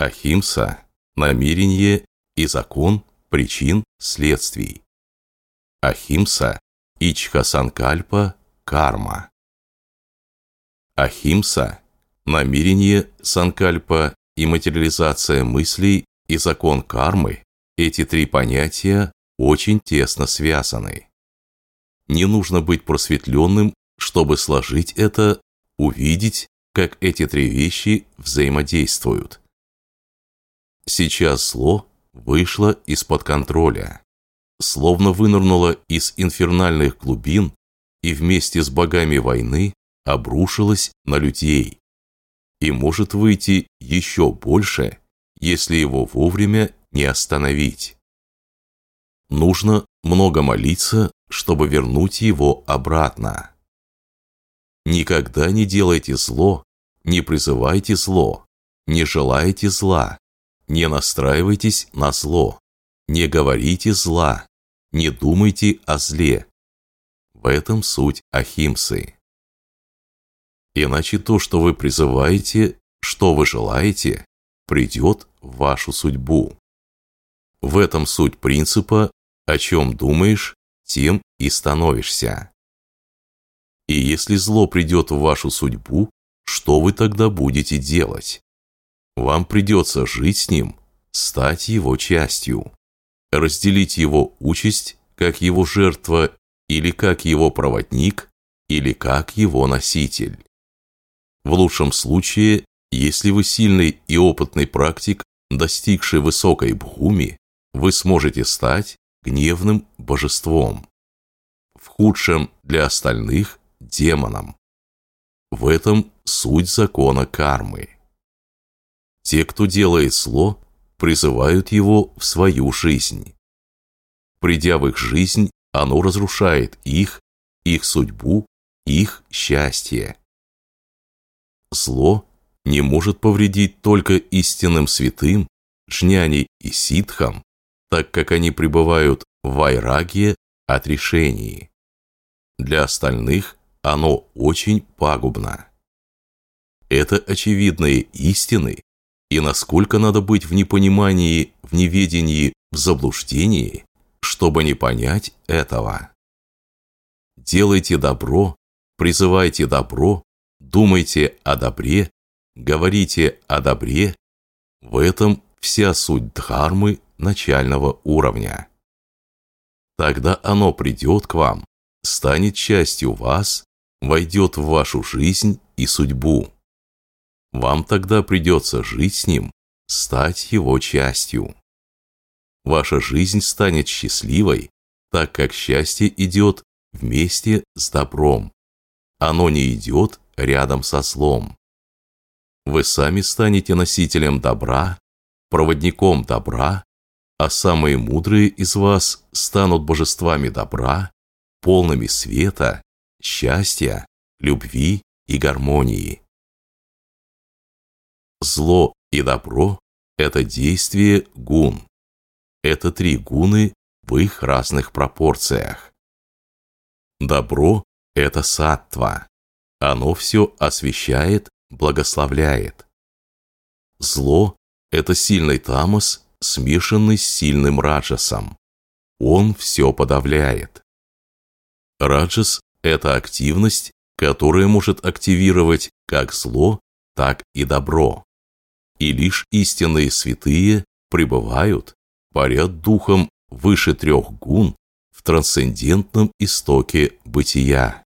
Ахимса – намерение и закон причин следствий. Ахимса – ичха-санкальпа – карма. Ахимса – намерение, санкальпа и материализация мыслей и закон кармы – эти три понятия очень тесно связаны. Не нужно быть просветленным, чтобы сложить это, увидеть, как эти три вещи взаимодействуют. Сейчас зло вышло из-под контроля, словно вынырнуло из инфернальных глубин и вместе с богами войны обрушилось на людей и может выйти еще больше, если его вовремя не остановить. Нужно много молиться, чтобы вернуть его обратно. Никогда не делайте зло, не призывайте зло, не желайте зла, не настраивайтесь на зло, не говорите зла, не думайте о зле. В этом суть Ахимсы. Иначе то, что вы призываете, что вы желаете, придет в вашу судьбу. В этом суть принципа «о чем думаешь, тем и становишься». И если зло придет в вашу судьбу, что вы тогда будете делать? Вам придется жить с ним, стать его частью, разделить его участь как его жертва или как его проводник, или как его носитель. В лучшем случае, если вы сильный и опытный практик, достигший высокой бхуми, вы сможете стать гневным божеством. В худшем для остальных – демоном. В этом суть закона кармы. Те, кто делает зло, призывают его в свою жизнь. Придя в их жизнь, оно разрушает их судьбу, их счастье. Зло не может повредить только истинным святым, джняни и ситхам, так как они пребывают в вайрагье, отрешении. Для остальных оно очень пагубно. Это очевидные истины, и насколько надо быть в непонимании, в неведении, в заблуждении, чтобы не понять этого. Делайте добро, призывайте добро, думайте о добре, говорите о добре. В этом вся суть дхармы начального уровня. Тогда оно придет к вам, станет частью вас, войдет в вашу жизнь и судьбу. Вам тогда придется жить с ним, стать его частью. Ваша жизнь станет счастливой, так как счастье идет вместе с добром. Оно не идет рядом со злом. Вы сами станете носителем добра, проводником добра, а самые мудрые из вас станут божествами добра, полными света, счастья, любви и гармонии. Зло и добро – это действие гун. Это три гуны в их разных пропорциях. Добро – это саттва. Оно все освещает, благословляет. Зло – это сильный тамас, смешанный с сильным раджасом. Он все подавляет. Раджас – это активность, которая может активировать как зло, так и добро. И лишь истинные святые пребывают, парят духом выше трех гун в трансцендентном истоке бытия.